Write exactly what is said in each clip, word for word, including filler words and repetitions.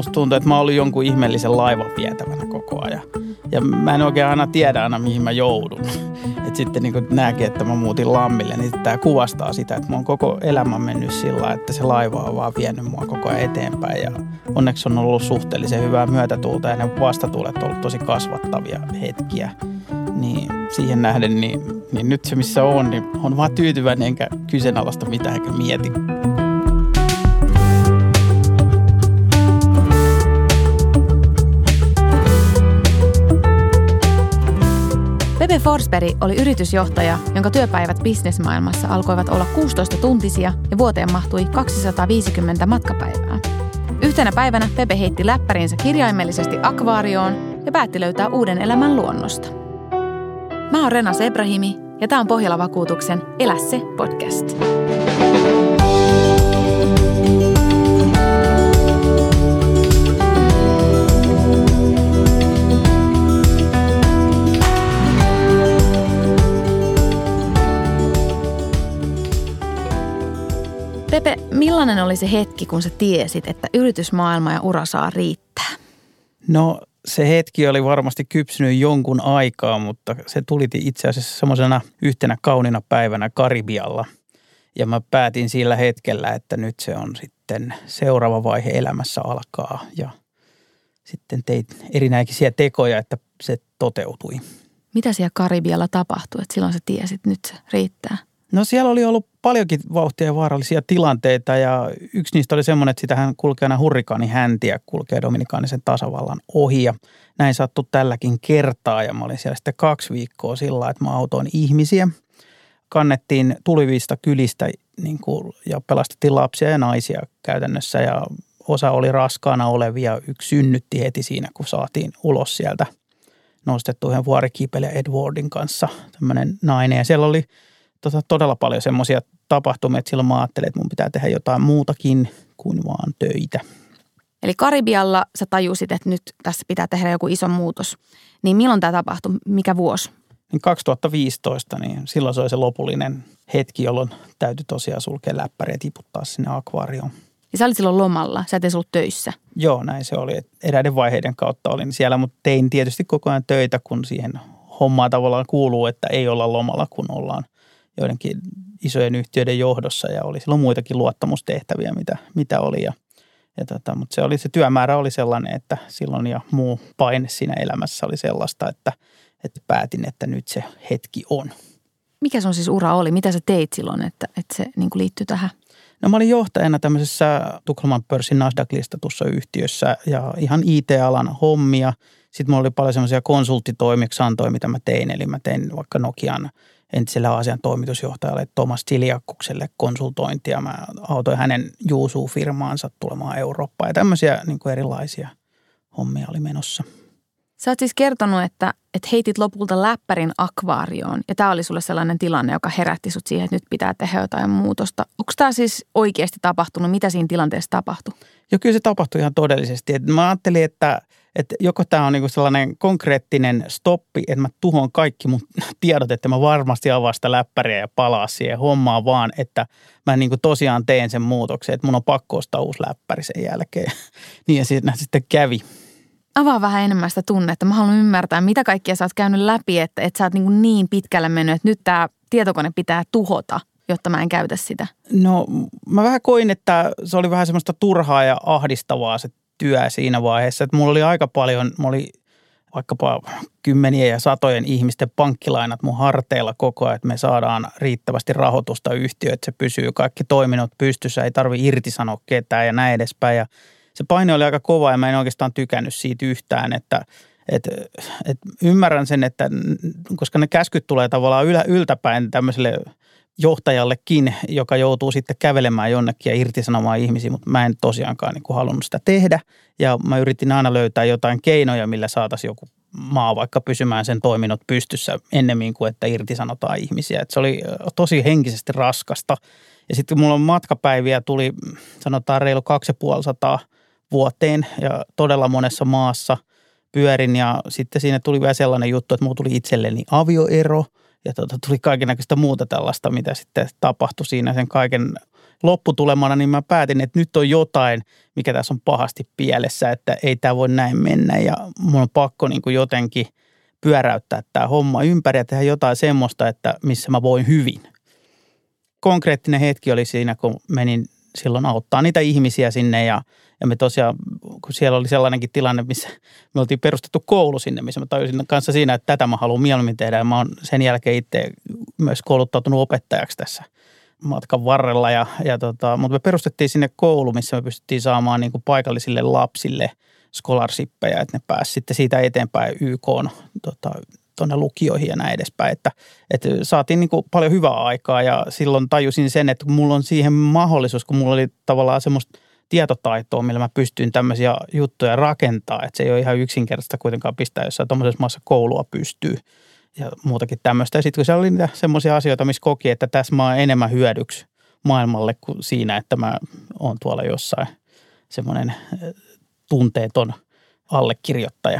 musta tuntuu, että mä oon ollut jonkun ihmeellisen laivan vietävänä koko ajan. Ja mä en oikein aina tiedä aina, mihin mä joudun. Että sitten niin kun näkee, että mä muutin Lammille, niin tää kuvastaa sitä, että mä oon koko elämä mennyt sillä, että se laiva on vaan vienyt mua koko ajan eteenpäin. Ja onneksi on ollut suhteellisen hyvää myötätuulta ja ne vastatuulet on ollut tosi kasvattavia hetkiä. Niin siihen nähden, niin, niin nyt se missä on, niin on vaan tyytyväinen enkä kyseenalaista mitään eikä mieti. Pepe Forsberg oli yritysjohtaja, jonka työpäivät bisnesmaailmassa alkoivat olla kuusitoista-tuntisia ja vuoteen mahtui kaksisataaviisikymmentä matkapäivää. Yhtenä päivänä Pepe heitti läppärinsä kirjaimellisesti akvaarioon ja päätti löytää uuden elämän luonnosta. Mä oon Rena Sebrahimi ja tää on Pohjola-vakuutuksen Elä se podcast. Pepe, millainen oli se hetki, kun sä tiesit, että yritysmaailma ja ura saa riittää? No se hetki oli varmasti kypsynyt jonkun aikaa, mutta se tuli itse asiassa semmoisena yhtenä kaunina päivänä Karibialla. Ja mä päätin sillä hetkellä, että nyt se on sitten seuraava vaihe elämässä alkaa. Ja sitten teit erinäköisiä tekoja, että se toteutui. Mitä siellä Karibialla tapahtui, että silloin sä tiesit, että nyt se riittää? No siellä oli ollut paljonkin vauhtia ja vaarallisia tilanteita ja yksi niistä oli semmoinen, että sitähän kulkee aina hurrikaanihäntiä, kulkee Dominikaanisen tasavallan ohi ja näin sattui tälläkin kertaa ja mä olin siellä sitten kaksi viikkoa sillä, että mä autoin ihmisiä. Kannettiin tulivista kylistä niin kuin, ja pelastettiin lapsia ja naisia käytännössä ja osa oli raskaana olevia, yksi synnytti heti siinä, kun saatiin ulos sieltä nostettu yhden vuorikiipeilijä Edwardin kanssa tämmöinen nainen ja siellä oli Tota, todella paljon semmoisia tapahtumia, että silloin mä ajattelin, että mun pitää tehdä jotain muutakin kuin vaan töitä. Eli Karibialla sä tajusit, että nyt tässä pitää tehdä joku iso muutos. Niin milloin tämä tapahtui? Mikä vuosi? Niin kaksituhattaviisitoista, niin silloin se oli se lopullinen hetki, jolloin täytyi tosiaan sulkea läppäri ja tiputtaa sinne akvaarioon. Ja sä olit silloin lomalla, sä et edes ollut töissä. Joo, näin se oli. Eräiden vaiheiden kautta olin siellä, mutta tein tietysti koko ajan töitä, kun siihen hommaan tavallaan kuuluu, että ei olla lomalla, kun ollaan joidenkin isojen yhtiöiden johdossa ja oli silloin muitakin luottamustehtäviä, mitä, mitä oli. Ja, ja tota, mutta se, oli, se työmäärä oli sellainen, että silloin ja muu paine siinä elämässä oli sellaista, että, että päätin, että nyt se hetki on. Mikä sun siis ura oli? Mitä sä teit silloin, että, että se niin kuin liittyy tähän? No mä olin johtajana tämmöisessä Tukholman pörssin Nasdaq-listatussa yhtiössä ja ihan I T-alan hommia. Sitten mulla oli paljon semmoisia konsulttitoimeksiantoja, mitä mä tein. Eli mä tein vaikka Nokian entiselle Aasian toimitusjohtajalle Thomas Chiliakkukselle konsultointia. Mä autoin hänen Juusuu-firmaansa tulemaan Eurooppaan ja tämmöisiä niin kuin erilaisia hommia oli menossa. Sä oot siis kertonut, että, että heitit lopulta läppärin akvaarioon ja tämä oli sulle sellainen tilanne, joka herätti sut siihen, että nyt pitää tehdä jotain muutosta. Onko tämä siis oikeasti tapahtunut? Mitä siinä tilanteessa tapahtui? Joo, kyllä se tapahtui ihan todellisesti. Et mä ajattelin, että, että joko tämä on niinku sellainen konkreettinen stoppi, että mä tuhon kaikki mun tiedot, että mä varmasti avaan sitä läppäriä ja palaa siihen hommaan, vaan että mä niinku tosiaan teen sen muutoksen, että mun on pakko ostaa uusi läppäri sen jälkeen. Niin ja siinä sitten kävi. Avaa vähän enemmän sitä tunnetta. Mä haluan ymmärtää, mitä kaikkia sä oot käynyt läpi, että, että sä oot niin, niin pitkälle mennyt, että nyt tää tietokone pitää tuhota, jotta mä en käytä sitä. No mä vähän koin, että se oli vähän semmoista turhaa ja ahdistavaa se työ siinä vaiheessa. Että mulla oli aika paljon, mulla oli vaikkapa kymmenien ja satojen ihmisten pankkilainat mun harteilla koko ajan, että me saadaan riittävästi rahoitusta yhtiöön, että se pysyy kaikki toiminnot pystyssä, ei tarvitse irtisanoa ketään ja näin edespäin. Ja se paine oli aika kova ja mä en oikeastaan tykännyt siitä yhtään, että et, et ymmärrän sen, että koska ne käskyt tulee tavallaan ylä, yltäpäin tämmöiselle johtajallekin, joka joutuu sitten kävelemään jonnekin ja irtisanomaan ihmisiä, mutta mä en tosiaankaan niin kuin halunnut sitä tehdä. Ja mä yritin aina löytää jotain keinoja, millä saataisiin joku maa vaikka pysymään sen toiminnot pystyssä ennemmin kuin että irtisanotaan ihmisiä. Et se oli tosi henkisesti raskasta. Ja sitten kun mulla on matkapäiviä, tuli sanotaan reilu kaksituhattaviisisataa vuoteen ja todella monessa maassa pyörin. Ja sitten siinä tuli vielä sellainen juttu, että mulla tuli itselleni avioero ja tota, tuli kaikennäköistä muuta tällaista, mitä sitten tapahtui siinä sen kaiken lopputulemana, niin mä päätin, että nyt on jotain, mikä tässä on pahasti pielessä, että ei tämä voi näin mennä ja mun on pakko niin kuin jotenkin pyöräyttää tämä homma ympäri ja tehdä jotain semmoista, että missä mä voin hyvin. Konkreettinen hetki oli siinä, kun menin silloin auttaa niitä ihmisiä sinne ja, ja me tosiaan, kun siellä oli sellainenkin tilanne, missä me oltiin perustettu koulu sinne, missä mä tajusin kanssa siinä, että tätä mä haluan mieluummin tehdä ja mä oon sen jälkeen itse myös kouluttautunut opettajaksi tässä matkan varrella. Ja, ja tota, mutta me perustettiin sinne koulu, missä me pystyttiin saamaan niin kuin paikallisille lapsille scholarshippeja, että ne pääsivät sitten siitä eteenpäin Y K:n tota, tuonne lukioihin ja näin edespäin. Että, että saatiin niin kuin paljon hyvää aikaa ja silloin tajusin sen, että kun mulla on siihen mahdollisuus, kun mulla oli tavallaan semmoista tietotaitoa, millä mä pystyin tämmöisiä juttuja rakentaa, että se ei ole ihan yksinkertaista kuitenkaan pistää jossain tuommoisessa maassa koulua pystyy ja muutakin tämmöistä. Ja sitten kun siellä oli niitä semmoisia asioita, missä koki, että tässä mä oon enemmän hyödyksi maailmalle kuin siinä, että mä oon tuolla jossain semmoinen tunteeton allekirjoittaja.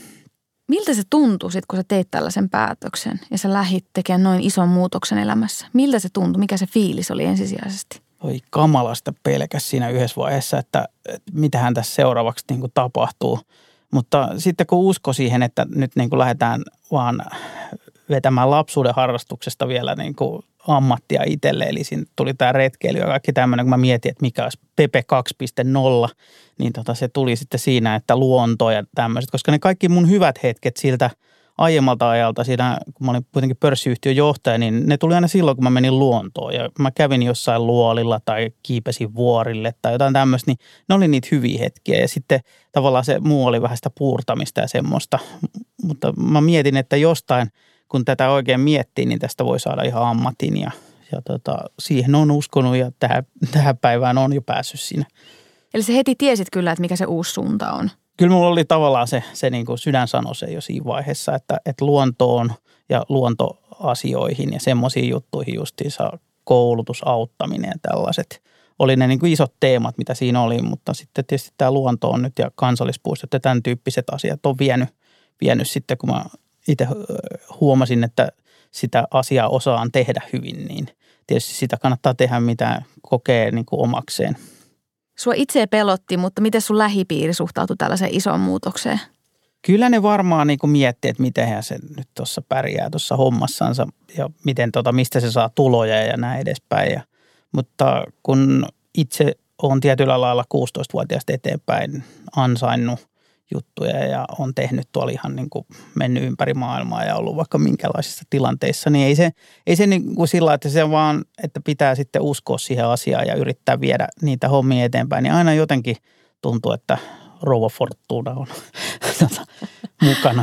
Miltä se tuntui sitten, kun sä teit tällaisen päätöksen ja sä lähdit tekemään noin ison muutoksen elämässä? Miltä se tuntui? Mikä se fiilis oli ensisijaisesti? Oi kamalasta pelkäs siinä yhdessä vaiheessa, että, että mitähän tässä seuraavaksi niin kuin tapahtuu. Mutta sitten kun usko siihen, että nyt niin kuin lähdetään vaan vetämään lapsuuden harrastuksesta vielä niin kuin ammattia itselle. Eli siinä tuli tämä retkeily ja kaikki tämmöinen, kun mä mietin, että mikä olisi Pepe kaksi piste nolla, niin tota se tuli sitten siinä, että luonto ja tämmöiset. Koska ne kaikki mun hyvät hetket siltä aiemmalta ajalta siinä, kun mä olin kuitenkin pörssiyhtiön johtaja, niin ne tuli aina silloin, kun mä menin luontoon. Ja mä kävin jossain luolilla tai kiipesin vuorille tai jotain tämmöistä, niin ne oli niitä hyviä hetkiä. Ja sitten tavallaan se muu oli vähän sitä puurtamista ja semmoista. Mutta mä mietin, että jostain, kun tätä oikein miettii, niin tästä voi saada ihan ammatin. Ja, ja tota, siihen on uskonut ja tähän, tähän päivään on jo päässyt siinä. Eli sä heti tiesit kyllä, että mikä se uusi suunta on. Kyllä mulla oli tavallaan se, se niin kuin sydän sanoi se jo siinä vaiheessa, että, että luontoon ja luontoasioihin ja semmoisiin juttuihin justiinsa koulutus, auttaminen ja tällaiset oli ne niin kuin isot teemat, mitä siinä oli, mutta sitten tietysti tämä luonto on nyt ja kansallispuistot ja tämän tyyppiset asiat on vienyt, vienyt sitten, kun mä itse huomasin, että sitä asiaa osaan tehdä hyvin, niin tietysti sitä kannattaa tehdä, mitä kokee niin kuin omakseen. Sua itse pelotti, mutta miten sun lähipiiri suhtautui tällaiseen isoon muutokseen? Kyllä ne varmaan niin kuin miettii, että mitenhän se nyt tuossa pärjää tuossa hommassansa ja miten tota, mistä se saa tuloja ja näin edespäin. Ja, mutta kun itse olen tietyllä lailla kuusitoistavuotiaasta eteenpäin ansainnut juttuja ja on tehnyt tuolla ihan niin kuin mennyt ympäri maailmaa ja ollut vaikka minkälaisissa tilanteissa, niin ei se, ei se niin kuin sillä, että se vaan, että pitää sitten uskoa siihen asiaan ja yrittää viedä niitä hommia eteenpäin, niin aina jotenkin tuntuu, että rouva Fortuna on tota, mukana.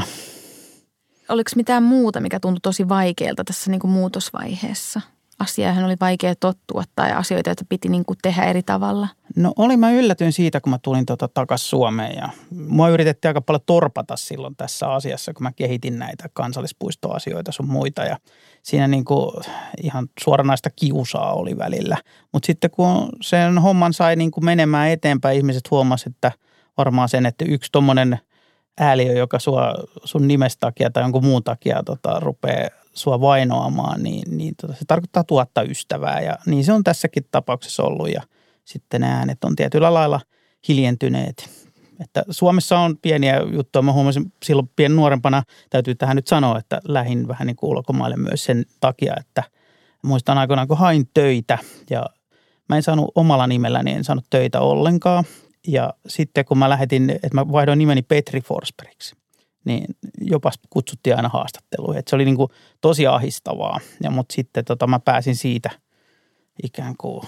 Oliko mitään muuta, mikä tuntui tosi vaikealta tässä niin kuin muutosvaiheessa? Asiaan oli vaikea tottua tai asioita, joita piti niin kuin tehdä eri tavalla? No oli, mä yllätyin siitä, kun mä tulin tota takaisin Suomeen ja mua yritettiin aika paljon torpata silloin tässä asiassa, kun mä kehitin näitä kansallispuistoasioita sun muita ja siinä niin kuin ihan suoranaista kiusaa oli välillä. Mutta sitten kun sen homman sai niin kuin menemään eteenpäin, ihmiset huomasivat, että varmaan sen, että yksi tommonen ääliö, joka sua, sun nimestä takia tai jonkun muun takia tota, rupeaa sua vainoamaan, niin, niin tota, se tarkoittaa tuhatta ystävää ja niin se on tässäkin tapauksessa ollut ja sitten ne äänet on tietyllä lailla hiljentyneet. Että Suomessa on pieniä juttuja. Mä huomasin silloin pien nuorempana, täytyy tähän nyt sanoa, että lähdin vähän niin kuin ulkomaille myös sen takia, että muistan aikoinaan, kun hain töitä ja mä en saanut omalla nimelläni, en saanut töitä ollenkaan. Ja sitten kun mä lähetin, että mä vaihdoin nimeni Petri Forsbergiksi, niin jopa kutsuttiin aina haastatteluihin. Että se oli niin kuin tosi ahistavaa. Ja mutta sitten tota, mä pääsin siitä ikään kuin,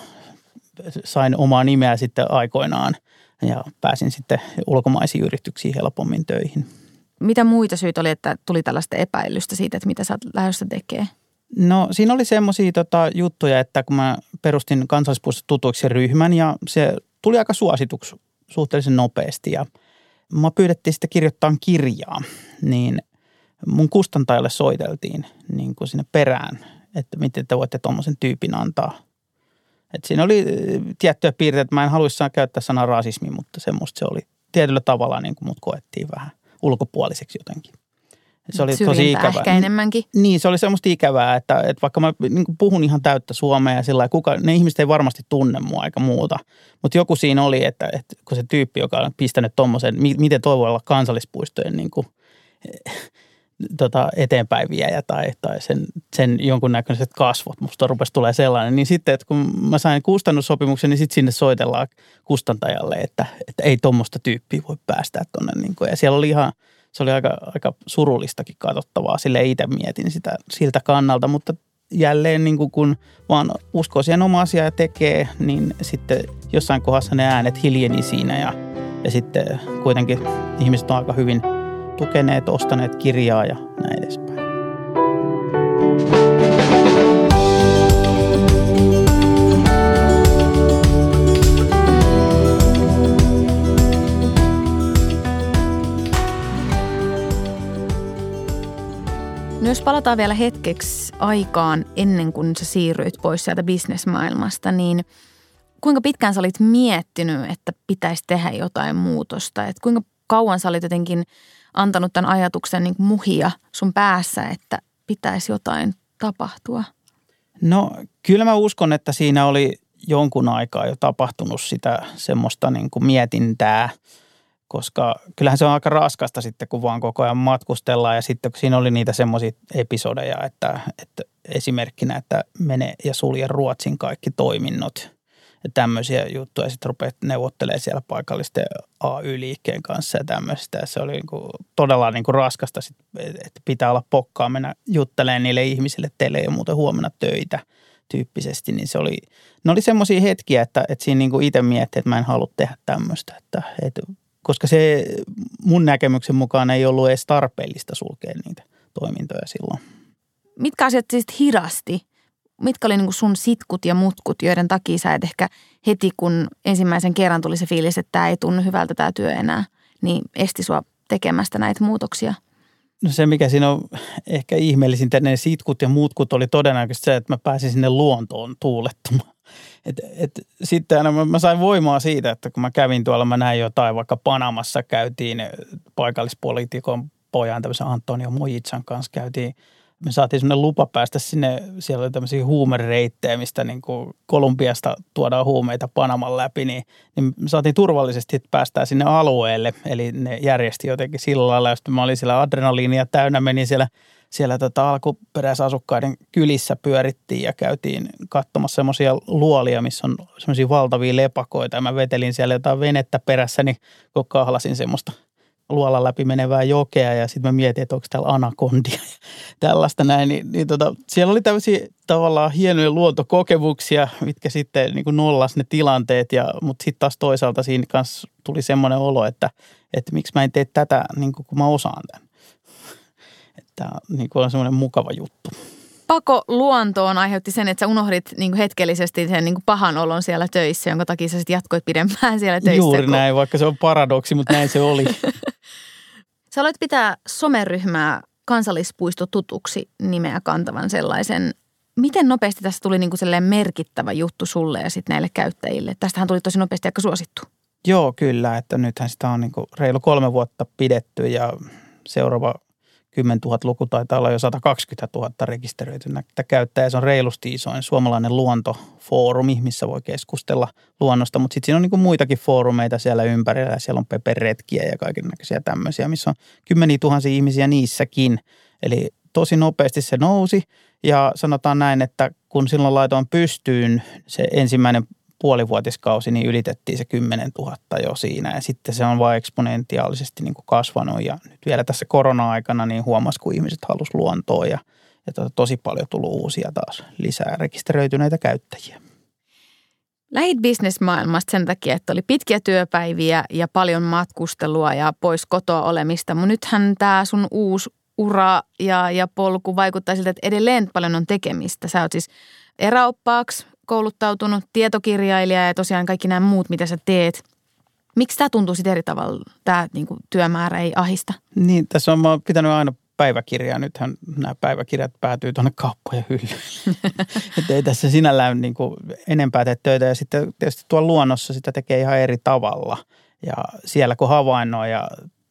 sain omaa nimeä sitten aikoinaan ja pääsin sitten ulkomaisiin yrityksiin helpommin töihin. Mitä muita syitä oli, että tuli tällaista epäilystä siitä, että mitä sä oot lähdössä tekee? No siinä oli semmoisia tota, juttuja, että kun mä perustin Kansallispuistot tutuiksi ryhmän ja se tuli aika suosituksi suhteellisen nopeasti ja mä pyydettiin sitten kirjoittaa kirjaa, niin mun kustantajalle soiteltiin niin kuin sinne perään, että miten te voitte tuommoisen tyypin antaa. Että siinä oli tiettyjä piirteitä, että mä en haluaisi käyttää sanaa rasismi, mutta semmoista se oli tietyllä tavalla niin kuin mut koettiin vähän ulkopuoliseksi jotenkin. Se oli tosi ikävää. Ehkä enemmänkin. Niin, se oli semmoista ikävää, että, että vaikka mä niin kuin puhun ihan täyttä suomea ja sillä kuka, ne ihmiset ei varmasti tunne mua aika muuta. Mutta joku siinä oli, että, että kun se tyyppi, joka on pistänyt tommosen, miten toi voi olla kansallispuistojen niin kuin, tota, eteenpäin viejä tai, tai sen, sen jonkunnäköiset kasvot, musta rupesi tulee sellainen. Niin sitten, että kun mä sain kustannussopimuksen, niin sitten sinne soitellaan kustantajalle, että, että ei tommoista tyyppiä voi päästää tonne. Niin kuin, ja siellä oli ihan... Se oli aika, aika surullistakin katsottavaa, sille itse mietin sitä siltä kannalta, mutta jälleen niin kuin kun vaan uskoo siihen oma asiaa ja tekee, niin sitten jossain kohdassa ne äänet hiljeni siinä ja, ja sitten kuitenkin ihmiset on aika hyvin tukeneet, ostaneet kirjaa ja näin edespäin. No jos palataan vielä hetkeksi aikaan ennen kuin sä siirryit pois sieltä bisnesmaailmasta, niin kuinka pitkään sä olit miettinyt, että pitäisi tehdä jotain muutosta? Että kuinka kauan sä olit jotenkin antanut tämän ajatuksen niin kuin muhia sun päässä, että pitäisi jotain tapahtua? No kyllä mä uskon, että siinä oli jonkun aikaa jo tapahtunut sitä semmoista niin kuin mietintää. Koska kyllähän se on aika raskasta sitten, kun vaan koko ajan matkustellaan ja sitten kun siinä oli niitä semmoisia episodeja, että, että esimerkkinä, että mene ja sulje Ruotsin kaikki toiminnot ja tämmöisiä juttuja. Ja sitten rupeat neuvottelemaan siellä paikallisten A Y-liikkeen kanssa ja tämmöistä. Ja se oli niin kuin todella niin kuin raskasta, sit, että pitää olla pokkaa mennä juttelemaan niille ihmisille, että teille ei ole muuten huomenna töitä tyyppisesti. Niin se oli, ne oli semmoisia hetkiä, että, että siinä niin kuin itse miettii, että mä en halua tehdä tämmöistä, että, että koska se mun näkemyksen mukaan ei ollut edes tarpeellista sulkea niitä toimintoja silloin. Mitkä asiat siis hidasti? Mitkä oli niin kuin sun sitkut ja mutkut, joiden takia sä et ehkä heti, kun ensimmäisen kerran tuli se fiilis, että tämä ei tunnu hyvältä tämä työ enää, niin esti sua tekemästä näitä muutoksia? No se, mikä siinä on ehkä ihmeellisintä, ne sitkut ja mutkut oli todennäköisesti se, että mä pääsin sinne luontoon tuulettumaan. Et, et, sitten aina mä, mä sain voimaa siitä, että kun mä kävin tuolla, mä näin jotain, vaikka Panamassa käytiin paikallispoliitikon pojan, tämmöisen Antonio Mojitsan kanssa käytiin. Me saatiin semmoinen lupa päästä sinne, siellä oli tämmöisiä huumereittejä, mistä niin kuin Kolumbiasta tuodaan huumeita Panaman läpi, niin, niin me saatiin turvallisesti, että päästään sinne alueelle. Eli ne järjesti jotenkin sillä lailla, jos mä olin siellä adrenaliinia täynnä, menin siellä Siellä tota alkuperäisasukkaiden kylissä pyörittiin ja käytiin katsomassa semmoisia luolia, missä on semmoisia valtavia lepakoita. Ja mä vetelin siellä jotain venettä perässä, niin kun kahlasin semmoista luolan läpi menevää jokea ja sitten mä mietin, että onko täällä anakondia ja tällaista näin. Niin, niin tota, siellä oli tämmöisiä tavallaan hienoja luontokokemuksia, mitkä sitten niin kuin nollas ne tilanteet. Ja, mutta sitten taas toisaalta siinä kanssa tuli semmoinen olo, että, että miksi mä en tee tätä niin kuin kun mä osaan tämän. Tämä niin on semmoinen mukava juttu. Pako luontoon aiheutti sen, että sä unohdit niin kuin hetkellisesti sen niin kuin pahan olon siellä töissä, jonka takia sä sitten jatkoit pidempään siellä töissä. Juuri kun... näin, vaikka se on paradoksi, mutta näin se oli. Sä aloit pitää someryhmää Kansallispuisto tutuksi nimeä kantavan sellaisen. Miten nopeasti tässä tuli niin kuin sellainen merkittävä juttu sulle ja sitten näille käyttäjille? Tästähän tuli tosi nopeasti aika suosittu. Joo, kyllä, että nythän sitä on niin kuin reilu kolme vuotta pidetty ja seuraava kymmentuhatta luku taitaa olla jo sata kaksikymmentätuhatta rekisteröitynä käyttäjää. Se on reilusti isoin suomalainen luontofoorumi, missä voi keskustella luonnosta, mutta sitten siinä on niin kuin muitakin foorumeita siellä ympärillä. Siellä on peperetkiä ja kaikennäköisiä tämmöisiä, missä on kymmeniä tuhansia ihmisiä niissäkin. Eli tosi nopeasti se nousi ja sanotaan näin, että kun silloin laitoin pystyyn se ensimmäinen puolivuotiskausi, niin ylitettiin se kymmenen tuhatta jo siinä ja sitten se on vain eksponentiaalisesti niin kuin kasvanut ja nyt vielä tässä korona-aikana niin huomasi, kun ihmiset halusi luontoa ja, ja to, tosi paljon tullut uusia taas lisää rekisteröityneitä käyttäjiä. Lähit bisnesmaailmasta sen takia, että oli pitkiä työpäiviä ja paljon matkustelua ja pois kotoa olemista, mutta nythän tämä sun uusi ura ja, ja polku vaikuttaa siltä, että edelleen paljon on tekemistä. Sä oot siis eräoppaaksi kouluttautunut, tietokirjailija ja tosiaan kaikki nämä muut, mitä sä teet. Miksi tämä tuntuu sitten eri tavalla, tämä niin kuin työmäärä ei ahista? Niin, tässä on mä oon pitänyt aina päiväkirjaa. Nythän nämä päiväkirjat päätyy tuonne kauppojen hyllyyn. Että ei tässä sinällään niin kuin enempää tee töitä. Ja sitten tietysti tuolla luonnossa sitä tekee ihan eri tavalla. Ja siellä kun havainnoi ja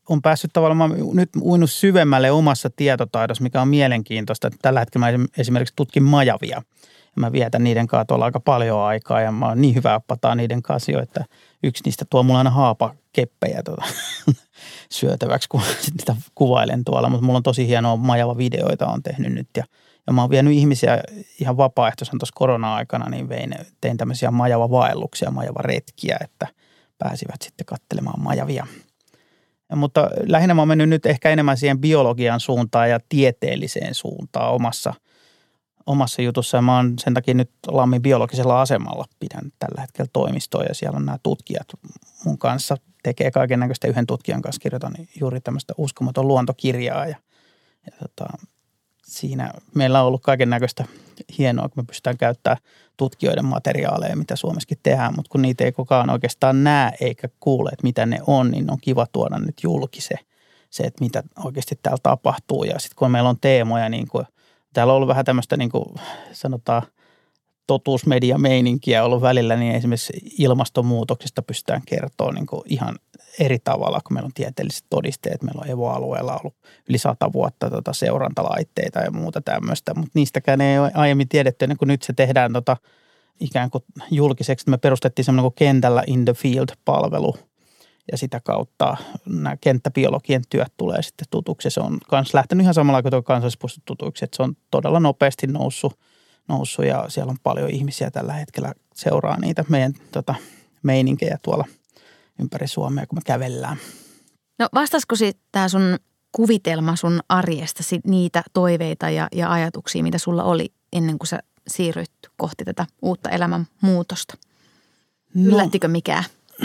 on päässyt tavallaan nyt uinut syvemmälle omassa tietotaidossa, mikä on mielenkiintoista. Tällä hetkellä mä esimerkiksi tutkin majavia. Ja mä vietän niiden kanssa tuolla aika paljon aikaa ja mä oon niin hyvä oppataan niiden kanssa jo, että yksi niistä tuo mulla aina haapakeppejä tuota, syötäväksi, kun sitä kuvailen tuolla. Mutta mulla on tosi hienoa majava videoita on tehnyt nyt ja, ja mä oon vienyt ihmisiä ihan vapaaehtoisen tuossa korona-aikana, niin vein, tein tämmöisiä majava-vaelluksia, majava-retkiä, että pääsivät sitten katselemaan majavia. Ja, mutta lähinnä mä oon mennyt nyt ehkä enemmän siihen biologian suuntaan ja tieteelliseen suuntaan omassa omassa jutussa ja mä oon sen takia nyt Lammin biologisella asemalla pidän tällä hetkellä toimistoa ja siellä on nämä tutkijat mun kanssa, tekee kaiken näköistä yhden tutkijan kanssa, kirjoitan juuri tämmöistä uskomaton luontokirjaa ja, ja tota, siinä meillä on ollut kaiken näköistä hienoa, kun me pystytään käyttämään tutkijoiden materiaaleja, mitä Suomessakin tehdään, mutta kun niitä ei kukaan oikeastaan näe eikä kuule, että mitä ne on, niin on kiva tuoda nyt julki se, se että mitä oikeasti täällä tapahtuu ja sitten kun meillä on teemoja niin kuin täällä on ollut vähän tämmöistä niin kuin sanotaan totuusmedia-meininkiä ollut välillä, niin esimerkiksi ilmastonmuutoksesta pystytään kertoa niin kuin ihan eri tavalla, kun meillä on tieteelliset todisteet. Meillä on Evo-alueella ollut yli sata vuotta tota seurantalaitteita ja muuta tämmöistä, mutta niistäkään ei ole aiemmin tiedetty, ennen kuin nyt se tehdään tota ikään kuin julkiseksi. Me perustettiin semmoinen kuin Kentällä in the Field-palvelu. Ja sitä kautta nämä kenttäbiologien työt tulee sitten tutuksi. Se on myös lähtenyt ihan samalla kuin tuo kansallispuistot tutuksi. Että se on todella nopeasti noussut, noussut ja siellä on paljon ihmisiä tällä hetkellä seuraa niitä meidän tota, meininkejä tuolla ympäri Suomea, kun me kävellään. No vastasiko tämä sun kuvitelma sun arjesta niitä toiveita ja, ja ajatuksia, mitä sulla oli ennen kuin sä siirryit kohti tätä uutta elämän muutosta? No. Yllättikö mikään?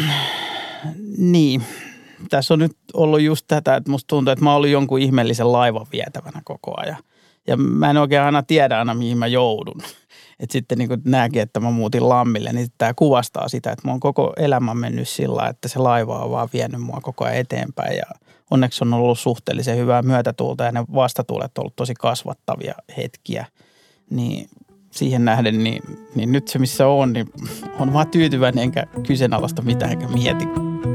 Niin. Tässä on nyt ollut just tätä, että musta tuntuu, että mä oon ollut jonkun ihmeellisen laivan vietävänä koko ajan. Ja mä en oikein aina tiedä aina, mihin mä joudun. Että sitten niin kuin nämäkin, että mä muutin Lammille, niin tämä kuvastaa sitä, että mä oon koko elämä mennyt sillä, että se laiva on vaan vienyt mua koko ajan eteenpäin. Ja onneksi on ollut suhteellisen hyvää myötätuulta ja ne vastatuulet on ollut tosi kasvattavia hetkiä. Niin siihen nähden, niin, niin nyt se missä on, niin on vaan tyytyväinen enkä kyseenalaista mitään enkä mieti.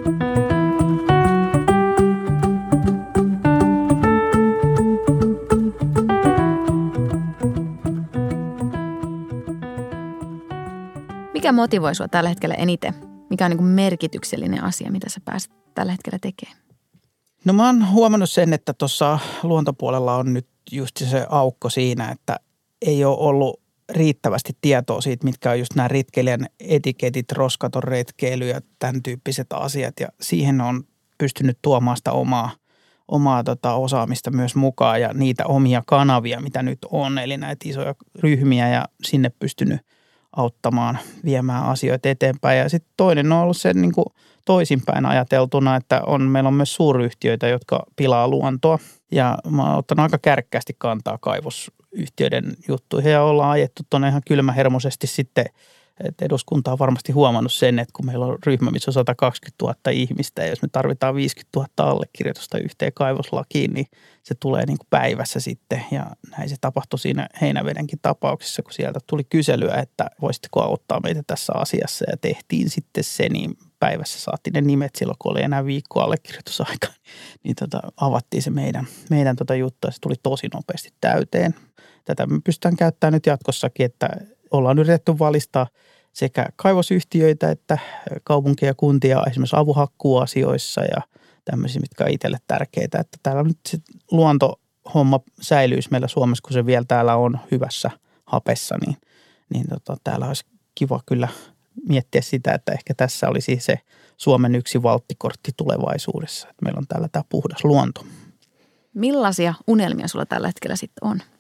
Mikä motivoi sinua tällä hetkellä eniten? Mikä on niin kuin merkityksellinen asia, mitä sä pääset tällä hetkellä tekemään? No mä oon huomannut sen, että tuossa luontopuolella on nyt just se aukko siinä, että ei ole ollut riittävästi tietoa siitä, mitkä on just nämä retkeilijän etiketit, roskaton retkeily ja tämän tyyppiset asiat. Ja siihen on pystynyt tuomaan sitä omaa, omaa tota osaamista myös mukaan ja niitä omia kanavia, mitä nyt on. Eli näitä isoja ryhmiä ja sinne pystynyt auttamaan, viemään asioita eteenpäin. Ja sitten toinen on ollut se niin kuin toisinpäin ajateltuna, että on, meillä on myös suuryhtiöitä, jotka pilaa luontoa. Ja mä oon ottanut aika kärkkäästi kantaa kaivosyhtiöiden juttuihin ja ollaan ajettu tuonne ihan kylmähermoisesti sitten, että eduskunta on varmasti huomannut sen, että kun meillä on ryhmä, missä on sata kaksikymmentätuhatta ihmistä ja jos me tarvitaan viisikymmentätuhatta allekirjoitusta yhteen kaivoslakiin, niin se tulee niin kuin päivässä sitten ja näin se tapahtui siinä Heinävedenkin tapauksessa, kun sieltä tuli kyselyä, että voisitteko auttaa meitä tässä asiassa ja tehtiin sitten se, niin päivässä saatiin ne nimet silloin, kun oli enää viikko allekirjoitusaika, niin tota, avattiin se meidän, meidän tota juttu ja se tuli tosi nopeasti täyteen. Tätä me pystytään käyttämään nyt jatkossakin, että ollaan yritetty valistaa sekä kaivosyhtiöitä että kaupunkia ja kuntia esimerkiksi avuhakkuuasioissa ja tämmöisiä, mitkä on itselle tärkeitä. Että täällä nyt se luontohomma säilyisi meillä Suomessa, kun se vielä täällä on hyvässä hapessa, niin, niin tota, täällä olisi kiva kyllä miettiä sitä, että ehkä tässä olisi se Suomen yksi valttikortti tulevaisuudessa. Että meillä on täällä tämä puhdas luonto. Millaisia unelmia sulla tällä hetkellä sitten on?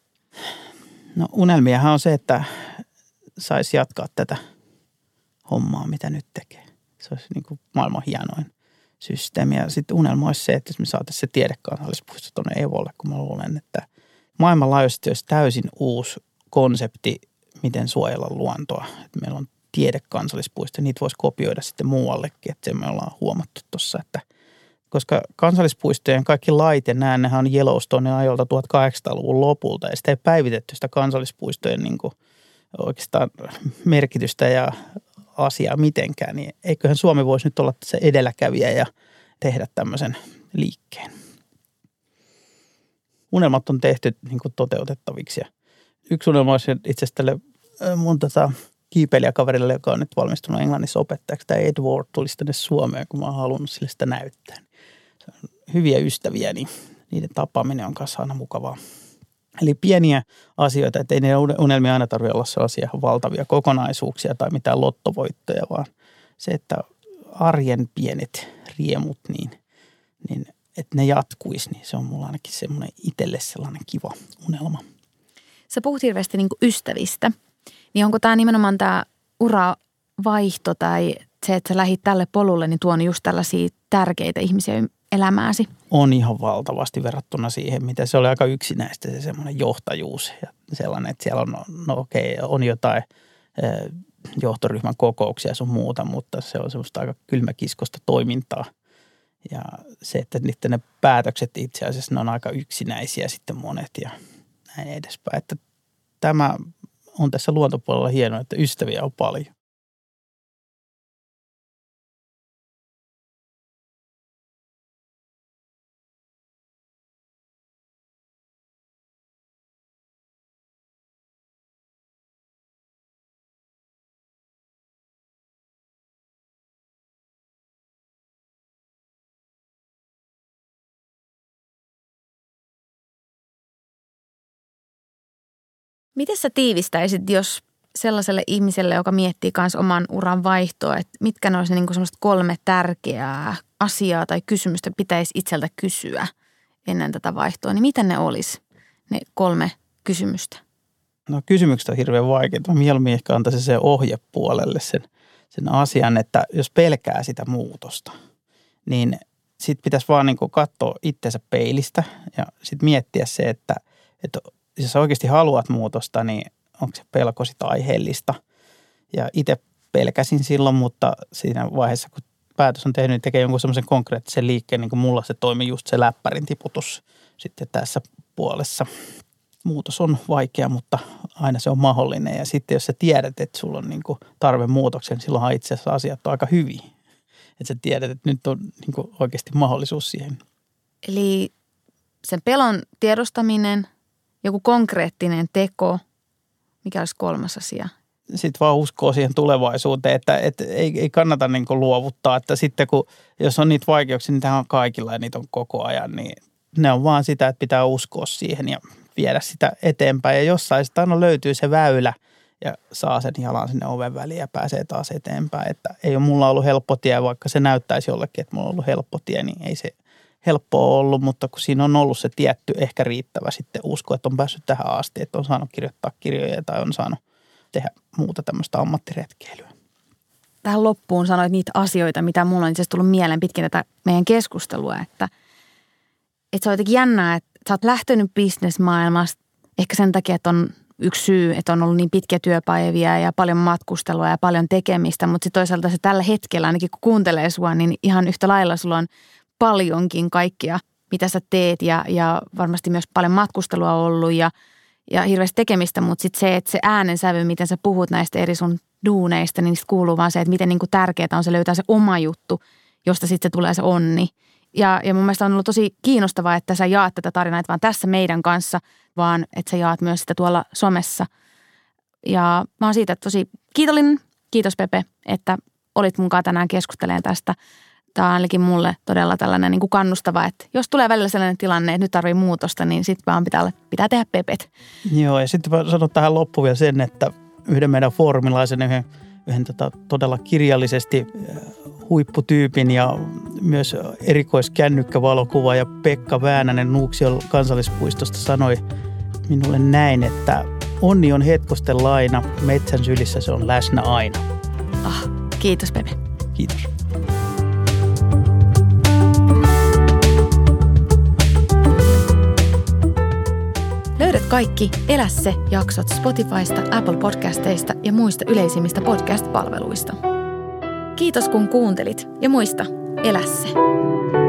No unelmiahan on se, että saisi jatkaa tätä hommaa, mitä nyt tekee. Se olisi niin kuin maailman hienoin systeemi. Ja sitten unelma olisi se, että jos me saataisiin se tiedekansallispuisto tuonne Evolle, kun mä luulen, että maailmanlaajuisesti olisi täysin uusi konsepti, miten suojella luontoa. Että meillä on tiedekansallispuisto, niitä voisi kopioida sitten muuallekin, että se me ollaan huomattu tuossa, että koska kansallispuistojen kaikki lait ja nämä, nehän on Yellowstonen ajolta tuhatkahdeksansataaluvun lopulta ja sitä ei päivitetty sitä kansallispuistojen niin kuin oikeastaan merkitystä ja asiaa mitenkään, niin eiköhän Suomi voisi nyt olla se edelläkävijä ja tehdä tämmöisen liikkeen. Unelmat on tehty niin kuin toteutettaviksi. Ja yksi unelma olisi itse asiassa tälle mun tota, kiipeilijäkaverille, joka on nyt valmistunut Englannissa opettajaksi. Tämä Edward tulisi tänne Suomeen, kun mä oon halunnut sille sitä näyttää. Se on hyviä ystäviä, niin niiden tapaaminen on kanssa aina mukavaa. Eli pieniä asioita, että ei ne unelmia aina tarvitse olla sellaisia valtavia kokonaisuuksia tai mitään lottovoittoja, vaan se, että arjen pienet riemut, niin, niin että ne jatkuisi, niin se on mulla ainakin semmoinen itselle sellainen kiva unelma. Sä puhut hirveästi niin kuin ystävistä, niin onko tämä nimenomaan tämä uravaihto tai se, että sä lähdit tälle polulle, niin tuonut just tällaisia tärkeitä ihmisiä elämääsi? On ihan valtavasti verrattuna siihen, mitä se oli aika yksinäistä se semmoinen johtajuus ja sellainen, että siellä on, no okei, on jotain johtoryhmän kokouksia ja sun muuta, mutta se on semmoista aika kylmäkiskosta toimintaa. Ja se, että niiden ne päätökset itse asiassa ne on aika yksinäisiä sitten monet ja näin edespäin. Että tämä on tässä luontopuolella hienoa, että ystäviä on paljon. Miten sä tiivistäisit, jos sellaiselle ihmiselle, joka miettii myös oman uran vaihtoa, että mitkä ne olisi niin semmoista kolme tärkeää asiaa tai kysymystä pitäisi itseltä kysyä ennen tätä vaihtoa, niin mitä ne olisi, ne kolme kysymystä? No kysymykset on hirveän vaikeita. Mä mieluummin ehkä antaisin sen ohjepuolelle sen, sen asian, että jos pelkää sitä muutosta, niin sitten pitäisi vaan niin katsoa itsensä peilistä ja sitten miettiä se, että, että jos oikeasti haluat muutosta, niin onko se pelko sitä aiheellista. Ja itse pelkäsin silloin, mutta siinä vaiheessa, kun päätös on tehnyt, niin tekee jonkun semmoisen konkreettisen liikkeen, niin kuin mulla se toimi just se läppärin tiputus sitten tässä puolessa. Muutos on vaikea, mutta aina se on mahdollinen. Ja sitten jos sä tiedät, että sulla on niin kuin tarve muutoksen, niin silloinhan itse asiassa asiat on aika hyviä. Että sä tiedät, että nyt on niin kuin oikeasti mahdollisuus siihen. Eli sen pelon tiedostaminen, joku konkreettinen teko, mikä olisi kolmas asia? Sitten vaan uskoo siihen tulevaisuuteen, että, että ei, ei kannata niin kuin luovuttaa, että sitten kun, jos on niitä vaikeuksia, niin tämä on kaikilla ja niitä on koko ajan, niin ne on vaan sitä, että pitää uskoa siihen ja viedä sitä eteenpäin. Ja jossain sitä aina löytyy se väylä ja saa sen jalan sinne oven väliin ja pääsee taas eteenpäin. Että ei ole mulla ollut helppo tie, vaikka se näyttäisi jollekin, että mulla on ollut helppo tie, niin ei se helppoa ollut, mutta kun siinä on ollut se tietty ehkä riittävä sitten usko, että on päässyt tähän asti, että on saanut kirjoittaa kirjoja tai on saanut tehdä muuta tämmöistä ammattiretkeilyä. Tähän loppuun sanoit niitä asioita, mitä mulla on itse asiassa tullut mieleen pitkin tätä meidän keskustelua, että, että se on jotenkin jännää, että sä oot lähtenyt bisnesmaailmasta ehkä sen takia, että on yksi syy, että on ollut niin pitkiä työpäiviä ja paljon matkustelua ja paljon tekemistä, mutta sitten toisaalta se tällä hetkellä, ainakin kun kuuntelee sua, niin ihan yhtä lailla sulla on paljonkin kaikkia, mitä sä teet ja, ja varmasti myös paljon matkustelua ollut ja, ja hirveästi tekemistä, mutta sitten se, että se äänensävy, miten sä puhut näistä eri sun duuneista, niin niistä kuuluu vaan se, että miten niinku tärkeää on se löytää se oma juttu, josta sitten se tulee se onni. Ja, ja mun mielestä on ollut tosi kiinnostavaa, että sä jaat tätä tarinaa, että vaan tässä meidän kanssa, vaan että sä jaat myös sitä tuolla somessa. Ja mä oon siitä tosi kiitollinen. Kiitos Pepe, että olit munkaan tänään keskustelemaan tästä. Tämä on ainakin mulle todella tällainen niin kuin kannustava, että jos tulee välillä sellainen tilanne, että nyt tarvii muutosta, niin sitten vaan pitää, pitää tehdä Pepet. Joo, ja sitten mä sanon tähän loppuun vielä sen, että yhden meidän foorumilaisen, yhden, yhden tota, todella kirjallisesti huipputyypin ja myös erikoiskännykkävalokuva ja Pekka Väänänen Nuuksion kansallispuistosta sanoi minulle näin, että onni on hetkosten laina, metsän sylissä se on läsnä aina. Ah, kiitos Pepe. Kiitos. Löydät kaikki Elä se-jaksot Spotifysta, Apple Podcasteista ja muista yleisimmistä podcast-palveluista. Kiitos kun kuuntelit ja muista, elä se.